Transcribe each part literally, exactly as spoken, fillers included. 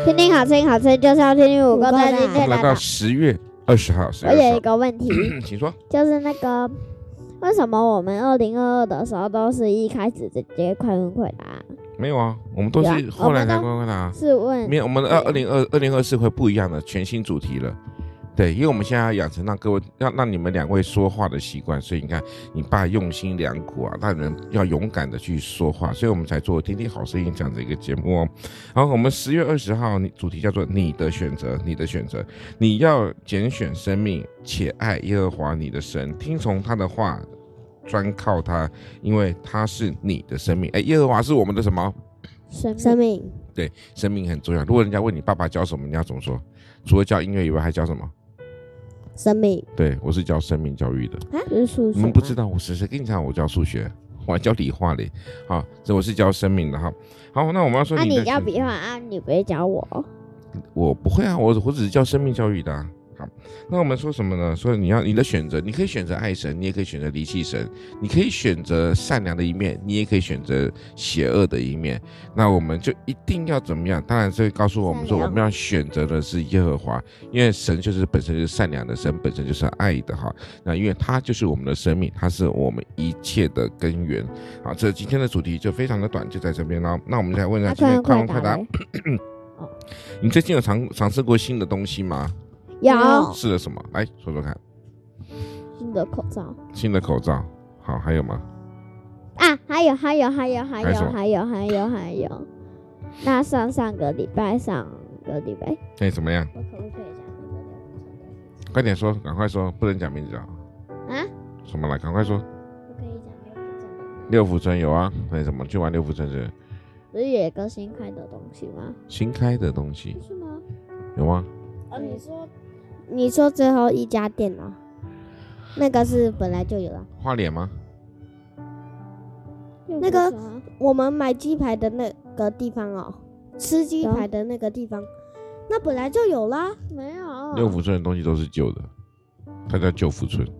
听听好听好听就是要听听五个在今天来到十月二十号， 我有一个问题， 请说， 就是那个为什么我们二零二二的时候都是一开始直接快问快答？ 没有啊，我们都是后来才快问快答。 是问没有，我们的二零二二零二四会不一样的全新主题了。对，因为我们现在要养成让各位要让你们两位说话的习惯，所以你看你爸用心良苦啊，让人要勇敢的去说话，所以我们才做听听好声音这样的一个节目哦。然后我们十月二十号主题叫做你的选择，你的选择，你要拣选生命，且爱耶和华你的神，听从他的话，专靠他，因为他是你的生命。哎，耶和华是我们的什么？ 生命。 对，生命很重要。如果人家问你爸爸教什么，你要怎么说？除了教音乐以外，还教什么？ 生命。 对，我是教生命教育的。 是数学？ 你们不知道，我谁谁跟你讲我教数学，我还教理化嘞。好，这我是教生命的哈。好，那我们要说你的，那、 啊、 你教理化啊？你不会教我？ 我不会啊，我我只是教生命教育的、啊。好，那我们说什么呢？说你要你的选择，你可以选择爱神，你也可以选择离弃神，你可以选择善良的一面，你也可以选择邪恶的一面。那我们就一定要怎么样？当然，这告诉我们说，我们要选择的是耶和华，因为神就是本身就是善良的，神本身就是爱的哈。那因为他就是我们的生命，他是我们一切的根源。好，这今天的主题就非常的短，就在这边喽。那我们来问一下今天快问快答。你最近有尝尝试过新的东西吗？ 有。 试了什么？来说说看。 新的口罩。 新的口罩。好，还有吗？ 啊，还有，还有，还有，还有，还有，还有，还有。那上上个礼拜，上个礼拜。 哎，怎么样？ 我可不可以讲那个？ 快点说，赶快说，不能讲名字啊。 啊？ 什么来？赶快说。 我可以讲六福村。六福村有啊？那怎么去玩六福村是？ 不是有一个新开的东西吗？ 新开的东西是吗？ 有吗？ 哦，你说，你说最后一家店啊，那个是本来就有了。 花脸吗？ 那个我们买鸡排的那个地方哦，吃鸡排的那个地方，那本来就有啦。 没有。 六福村的东西都是旧的，它叫旧福村。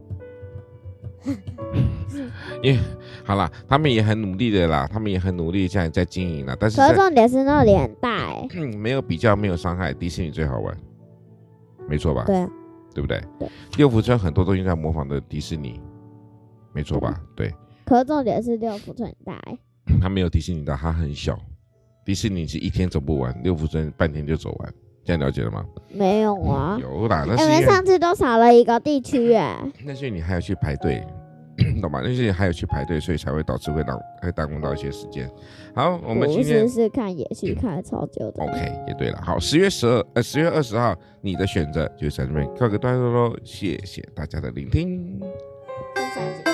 因为好啦，他们也很努力的啦，他们也很努力这样在经营啦。但是可是重点是那里很大哎、 欸，没有比较，没有伤害，迪士尼最好玩，没错吧？ 对啊， 对不对？ 对。 六福村很多东西在模仿的迪士尼，没错吧？对。 可是重点是六福村很大哎、 欸，它没有迪士尼大，它很小。迪士尼是一天走不完，六福村半天就走完，这样了解了吗？ 没有啊， 有啦，那是因为上次都少了一个地区哎。 那是因为你还要去排队。懂吗？那些还有去排队，所以才会导致会耽会耽误到一些时间。好，我们今天不是是看也是看超久的。 OK， 也对了。好，十月十二呃十月二十号，你的选择就在这边告个段落喽。谢谢大家的聆听。 下集。